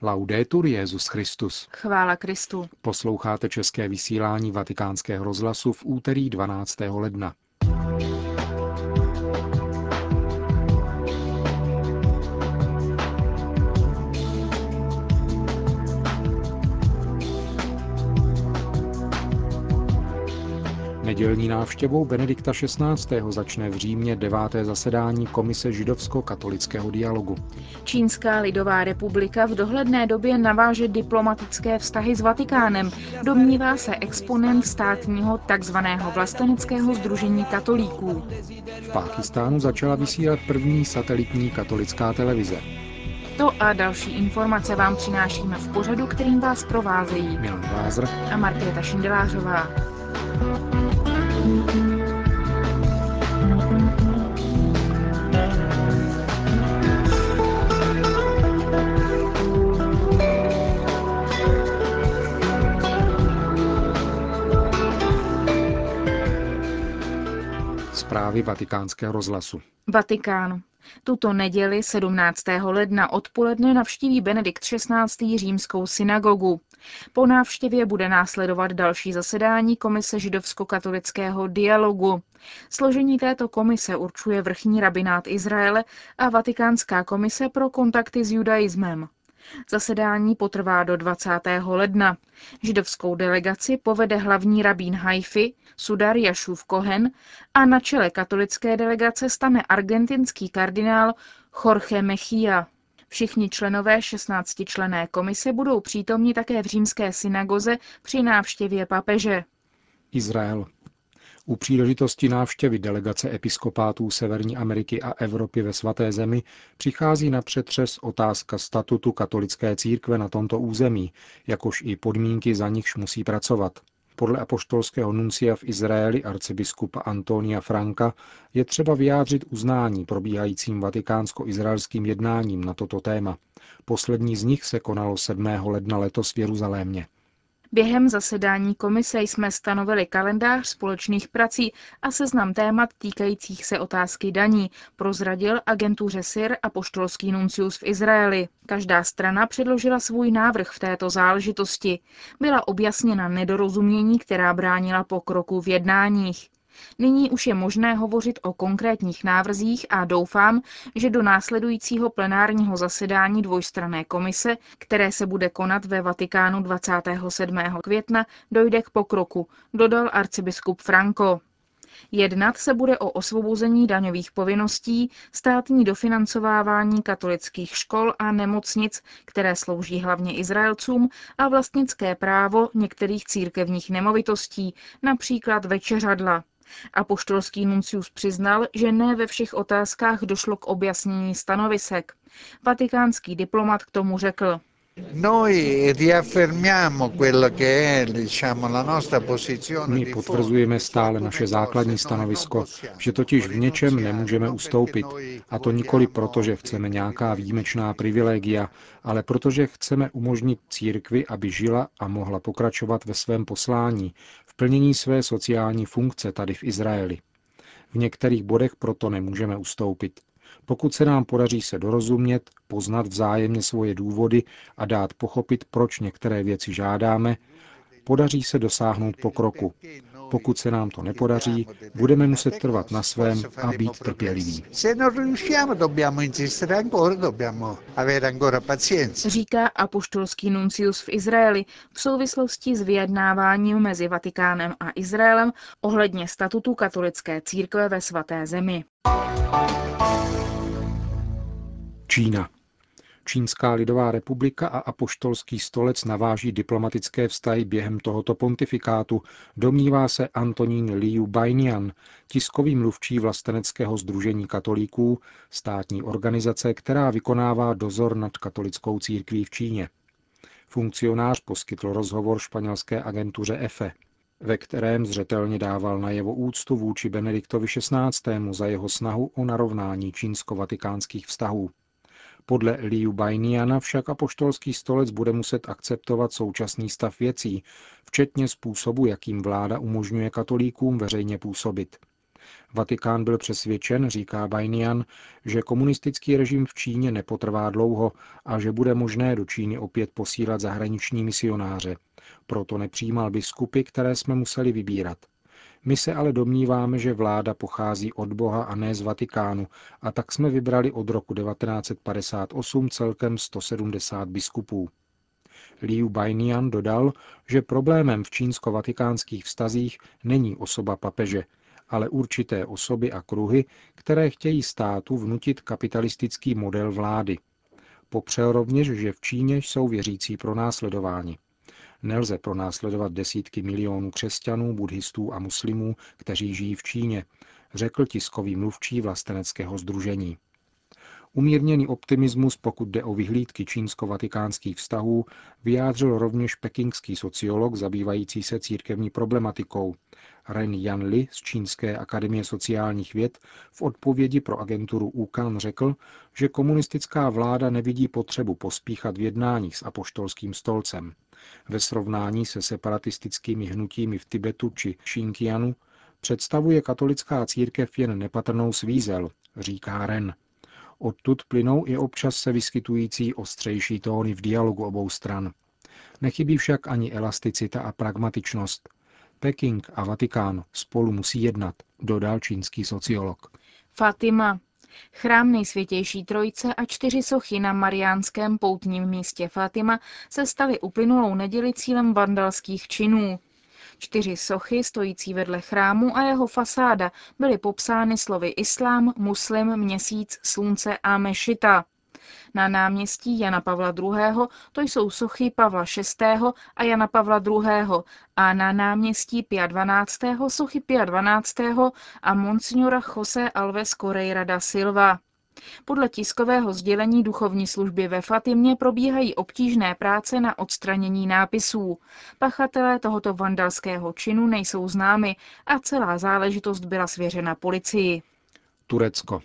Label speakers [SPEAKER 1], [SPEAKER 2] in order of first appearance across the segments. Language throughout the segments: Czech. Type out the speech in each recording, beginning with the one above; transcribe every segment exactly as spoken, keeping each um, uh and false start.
[SPEAKER 1] Laudetur Jesus Christus.
[SPEAKER 2] Chvála Kristu.
[SPEAKER 1] Posloucháte české vysílání Vatikánského rozhlasu v úterý dvanáctého ledna. Nedělní návštěvou Benedikta šestnáctého. začne v Římě deváté zasedání Komise židovsko-katolického dialogu.
[SPEAKER 2] Čínská lidová republika v dohledné době naváže diplomatické vztahy s Vatikánem, domnívá se exponent státního takzvaného vlasteneckého sdružení katolíků.
[SPEAKER 1] V Pákistánu začala vysílat první satelitní katolická televize.
[SPEAKER 2] To a další informace vám přinášíme v pořadu, kterým vás provázejí
[SPEAKER 1] Milan Glázer
[SPEAKER 2] a Markéta Šindelářová.
[SPEAKER 1] Zprávy Vatikánského rozhlasu.
[SPEAKER 2] Vatikán. Tuto neděli sedmnáctého ledna odpoledne navštíví Benedikt šestnáctý. Římskou synagogu. Po návštěvě bude následovat další zasedání Komise židovsko-katolického dialogu. Složení této komise určuje vrchní rabinát Izraele a Vatikánská komise pro kontakty s judaismem. Zasedání potrvá do dvacátého ledna. Židovskou delegaci povede hlavní rabín Haify, Sudar Jašův Kohen, a na čele katolické delegace stane argentinský kardinál Jorge Mejía. Všichni členové šestnáctičlenné komise budou přítomni také v římské synagoze při návštěvě papeže.
[SPEAKER 1] Izrael. U příležitosti návštěvy delegace episkopátů Severní Ameriky a Evropy ve Svaté zemi přichází na přetřes otázka statutu katolické církve na tomto území, jakož i podmínky, za nichž musí pracovat. Podle apoštolského nuncia v Izraeli arcibiskupa Antonia Franka je třeba vyjádřit uznání probíhajícím vatikánsko-izraelským jednáním na toto téma. Poslední z nich se konalo sedmého ledna letos v Jeruzalémě.
[SPEAKER 2] Během zasedání komise jsme stanovili kalendář společných prací a seznam témat týkajících se otázky daní, prozradil agentuře S I R apoštolský nuncius v Izraeli. Každá strana předložila svůj návrh v této záležitosti. Byla objasněna nedorozumění, která bránila pokroku v jednáních. Nyní už je možné hovořit o konkrétních návrzích a doufám, že do následujícího plenárního zasedání dvojstranné komise, které se bude konat ve Vatikánu dvacátého sedmého května, dojde k pokroku, dodal arcibiskup Franco. Jednat se bude o osvobození daňových povinností, státní dofinancovávání katolických škol a nemocnic, které slouží hlavně Izraelcům, a vlastnické právo některých církevních nemovitostí, například večeřadla. Apoštolský nuncius přiznal, že ne ve všech otázkách došlo k objasnění stanovisek. Vatikánský diplomat k tomu řekl:
[SPEAKER 1] My potvrzujeme stále naše základní stanovisko, že totiž v něčem nemůžeme ustoupit. A to nikoli proto, že chceme nějaká výjimečná privilegia, ale protože chceme umožnit církvi, aby žila a mohla pokračovat ve svém poslání, v plnění své sociální funkce tady v Izraeli. V některých bodech proto nemůžeme ustoupit. Pokud se nám podaří se dorozumět, poznat vzájemně svoje důvody a dát pochopit, proč některé věci žádáme, podaří se dosáhnout pokroku. Pokud se nám to nepodaří, budeme muset trvat na svém a být trpěliví.
[SPEAKER 2] Říká apoštolský nuncius v Izraeli v souvislosti s vyjednáváním mezi Vatikánem a Izraelem ohledně statutu katolické církve ve Svaté zemi.
[SPEAKER 1] Čína. Čínská lidová republika a apoštolský stolec naváží diplomatické vztahy během tohoto pontifikátu, domnívá se Antonín Liu Bainian, tiskový mluvčí vlasteneckého sdružení katolíků, státní organizace, která vykonává dozor nad katolickou církví v Číně. Funkcionář poskytl rozhovor španělské agentuře E F E, ve kterém zřetelně dával najevo úctu vůči Benediktovi šestnáctému za jeho snahu o narovnání čínsko-vatikánských vztahů. Podle Liu Bainiana však apoštolský stolec bude muset akceptovat současný stav věcí, včetně způsobu, jakým vláda umožňuje katolíkům veřejně působit. Vatikán byl přesvědčen, říká Bajnian, že komunistický režim v Číně nepotrvá dlouho a že bude možné do Číny opět posílat zahraniční misionáře. Proto nepřijímal biskupy, které jsme museli vybírat. My se ale domníváme, že vláda pochází od Boha a ne z Vatikánu, a tak jsme vybrali od roku devatenáct set padesát osm celkem sto sedmdesát biskupů. Liu Bajnian dodal, že problémem v čínsko-vatikánských vztazích není osoba papeže, ale určité osoby a kruhy, které chtějí státu vnutit kapitalistický model vlády. Popřel rovněž, že v Číně jsou věřící pronásledováni. Nelze pronásledovat desítky milionů křesťanů, buddhistů a muslimů, kteří žijí v Číně, řekl tiskový mluvčí vlasteneckého sdružení. Umírněný optimismus, pokud jde o vyhlídky čínsko-vatikánských vztahů, vyjádřil rovněž pekingský sociolog zabývající se církevní problematikou. Ren Yanli z Čínské akademie sociálních věd v odpovědi pro agenturu Úkan řekl, že komunistická vláda nevidí potřebu pospíchat v jednáních s apoštolským stolcem. Ve srovnání se separatistickými hnutími v Tibetu či Xinjiangu představuje katolická církev jen nepatrnou svízel, říká Ren. Odtud plynou i občas se vyskytující ostřejší tóny v dialogu obou stran. Nechybí však ani elasticita a pragmatičnost. Peking a Vatikán spolu musí jednat, dodal čínský sociolog.
[SPEAKER 2] Fatima. Chrám Nejsvětější Trojice a čtyři sochy na mariánském poutním místě Fatima se staly uplynulou neděli cílem vandalských činů. Čtyři sochy stojící vedle chrámu a jeho fasáda byly popsány slovy islám, muslim, měsíc, slunce a mešita. Na náměstí Jana Pavla druhého. to jsou sochy Pavla šestého. a Jana Pavla druhého. a na náměstí Pia dvanáctého. sochy Pia dvanáctého. a Monsignora José Alves Correira da Silva. Podle tiskového sdělení duchovní služby ve Fatimě probíhají obtížné práce na odstranění nápisů. Pachatelé tohoto vandalského činu nejsou známi a celá záležitost byla svěřena policii.
[SPEAKER 1] Turecko.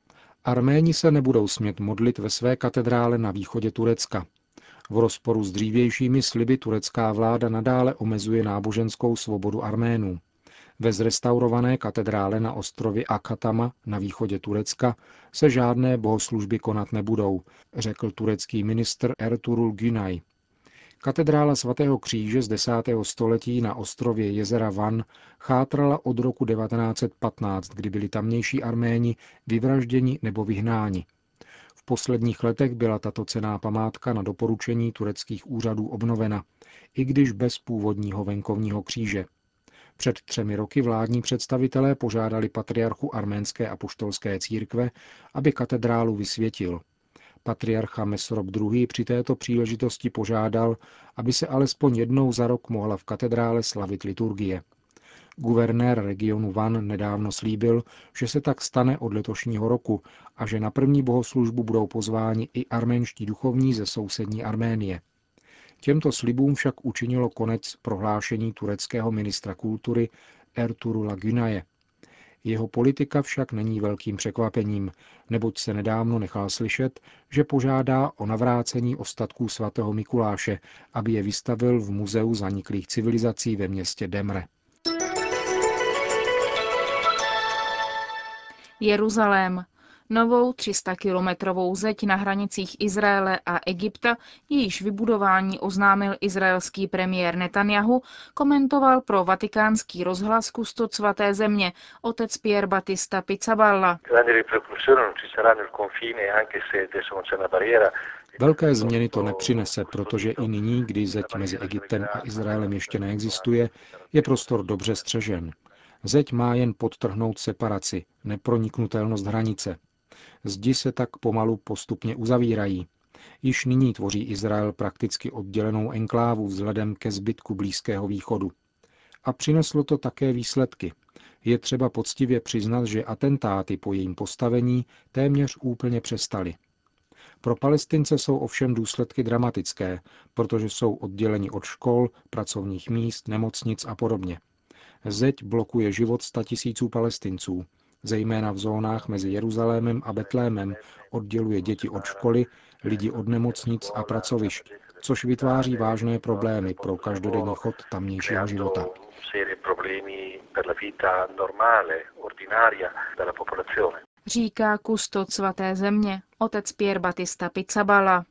[SPEAKER 1] Arméni se nebudou smět modlit ve své katedrále na východě Turecka. V rozporu s dřívějšími sliby turecká vláda nadále omezuje náboženskou svobodu Arménů. Ve zrestaurované katedrále na ostrově Akatama na východě Turecka se žádné bohoslužby konat nebudou, řekl turecký ministr Ertuğrul Günay. Katedrála svatého kříže z desátého století na ostrově jezera Van chátrala od roku devatenáct set patnáct, kdy byli tamnější Arméni vyvražděni nebo vyhnáni. V posledních letech byla tato cenná památka na doporučení tureckých úřadů obnovena, i když bez původního venkovního kříže. Před třemi roky vládní představitelé požádali patriarchu arménské apoštolské církve, aby katedrálu vysvětil. Patriarcha Mesrop druhý. při této příležitosti požádal, aby se alespoň jednou za rok mohla v katedrále slavit liturgie. Guvernér regionu Van nedávno slíbil, že se tak stane od letošního roku a že na první bohoslužbu budou pozváni i arménští duchovní ze sousední Arménie. Těmto slibům však učinilo konec prohlášení tureckého ministra kultury Ertuğrula Günaye. Jeho politika však není velkým překvapením, neboť se nedávno nechal slyšet, že požádá o navrácení ostatků svatého Mikuláše, aby je vystavil v muzeu zaniklých civilizací ve městě Demre.
[SPEAKER 2] Jeruzalém. Novou tři sta kilometrovou zeď na hranicích Izraele a Egypta, jejíž vybudování oznámil izraelský premiér Netanjahu, komentoval pro vatikánský rozhlas kustot svaté země, otec Pier Battista Pizzaballa.
[SPEAKER 1] Velké změny to nepřinese, protože i nyní, kdy zeď mezi Egyptem a Izraelem ještě neexistuje, je prostor dobře střežen. Zeď má jen podtrhnout separaci, neproniknutelnost hranice. Zdi se tak pomalu postupně uzavírají. Již nyní tvoří Izrael prakticky oddělenou enklávu vzhledem ke zbytku Blízkého východu. A přineslo to také výsledky. Je třeba poctivě přiznat, že atentáty po jejím postavení téměř úplně přestaly. Pro Palestince jsou ovšem důsledky dramatické, protože jsou odděleni od škol, pracovních míst, nemocnic a podobně. Zeď blokuje život statisíců Palestinců. Zejména v zónách mezi Jeruzalémem a Betlémem odděluje děti od školy, lidi od nemocnic a pracovišť, což vytváří vážné problémy pro každodenní chod tamnějšího života.
[SPEAKER 2] Říká kustot svaté země, otec Pier Battista Pizzaballa.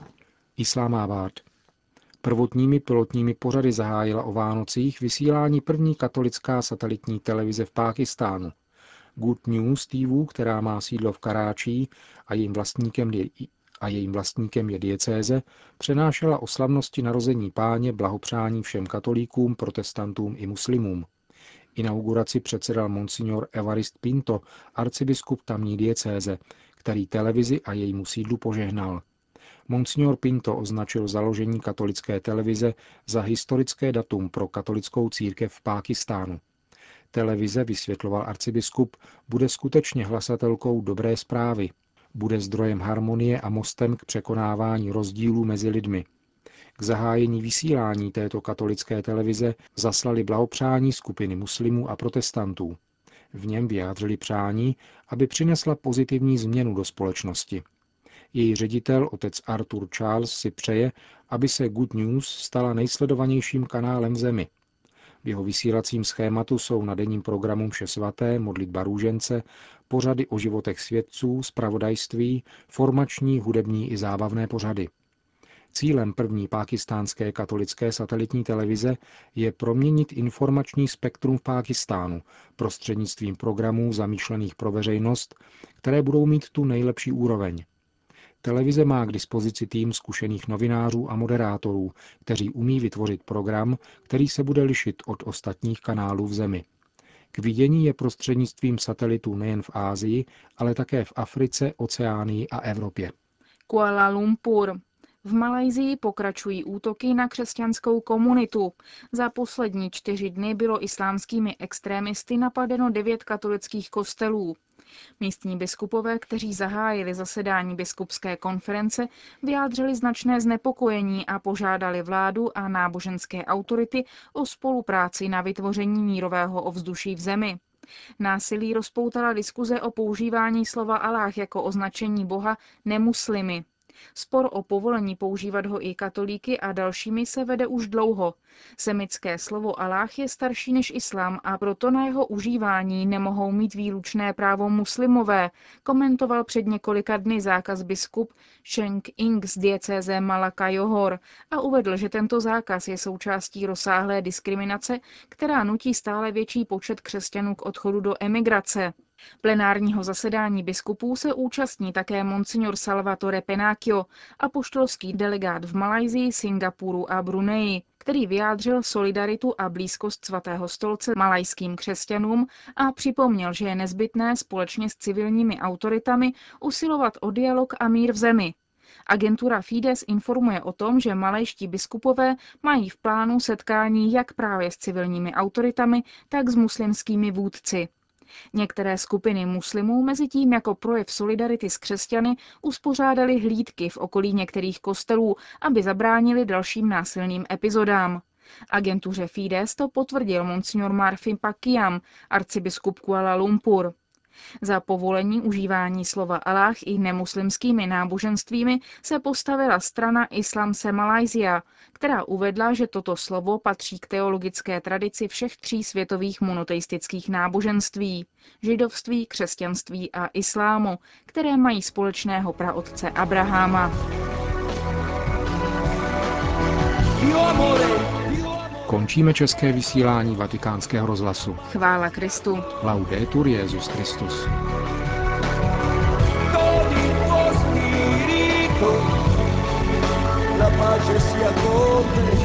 [SPEAKER 1] Islámábád. Prvotními pilotními pořady zahájila o Vánocích vysílání první katolická satelitní televize v Pákistánu. Good News T V, která má sídlo v Karáčí a jejím vlastníkem je, a jejím vlastníkem je diecéze, přenášela o slavnosti narození Páně blahopřání všem katolíkům, protestantům i muslimům. Inauguraci předsedal monsignor Evarist Pinto, arcibiskup tamní diecéze, který televizi a jejímu sídlu požehnal. Monsignor Pinto označil založení katolické televize za historické datum pro katolickou církev v Pákistánu. Televize, vysvětloval arcibiskup, bude skutečně hlasatelkou dobré zprávy. Bude zdrojem harmonie a mostem k překonávání rozdílů mezi lidmi. K zahájení vysílání této katolické televize zaslali blahopřání skupiny muslimů a protestantů. V něm vyjádřili přání, aby přinesla pozitivní změnu do společnosti. Její ředitel, otec Arthur Charles, si přeje, aby se Good News stala nejsledovanějším kanálem v zemi. V jeho vysílacím schématu jsou na denním programu mše svaté, modlitba růžence, pořady o životech svědců, zpravodajství, formační, hudební i zábavné pořady. Cílem první pákistánské katolické satelitní televize je proměnit informační spektrum v Pákistánu prostřednictvím programů zamýšlených pro veřejnost, které budou mít tu nejlepší úroveň. Televize má k dispozici tým zkušených novinářů a moderátorů, kteří umí vytvořit program, který se bude lišit od ostatních kanálů v zemi. K vidění je prostřednictvím satelitů nejen v Asii, ale také v Africe, Oceánii a Evropě.
[SPEAKER 2] Kuala Lumpur. V Malajsii pokračují útoky na křesťanskou komunitu. Za poslední čtyři dny bylo islámskými extrémisty napadeno devět katolických kostelů. Místní biskupové, kteří zahájili zasedání biskupské konference, vyjádřili značné znepokojení a požádali vládu a náboženské autority o spolupráci na vytvoření mírového ovzduší v zemi. Násilí rozpoutala diskuze o používání slova Aláh jako označení boha nemuslimy. Spor o povolení používat ho i katolíky a dalšími se vede už dlouho. Semické slovo Aláh je starší než islám a proto na jeho užívání nemohou mít výlučné právo muslimové, komentoval před několika dny zákaz biskup Sheng Ing z diecéze Malaka Johor a uvedl, že tento zákaz je součástí rozsáhlé diskriminace, která nutí stále větší počet křesťanů k odchodu do emigrace. Plenárního zasedání biskupů se účastní také monsignor Salvatore Pennacchio, apoštolský delegát v Malajsii, Singapuru a Bruneji, který vyjádřil solidaritu a blízkost svatého stolce malajským křesťanům a připomněl, že je nezbytné společně s civilními autoritami usilovat o dialog a mír v zemi. Agentura Fides informuje o tom, že malajští biskupové mají v plánu setkání jak právě s civilními autoritami, tak s muslimskými vůdci. Některé skupiny muslimů mezitím jako projev solidarity s křesťany uspořádali hlídky v okolí některých kostelů, aby zabránili dalším násilným epizodám. Agentuře Fides to potvrdil monsignor Marfin Pakiam, arcibiskup Kuala Lumpur. Za povolení užívání slova Aláh i nemuslimskými náboženstvími se postavila strana Islamse Malaysia, která uvedla, že toto slovo patří k teologické tradici všech tří světových monoteistických náboženství – židovství, křesťanství a islámu, které mají společného praotce Abraháma.
[SPEAKER 1] Končíme české vysílání Vatikánského rozhlasu.
[SPEAKER 2] Chvála Kristu.
[SPEAKER 1] Laudetur Jesus Christus.
[SPEAKER 3] La pace sia con te.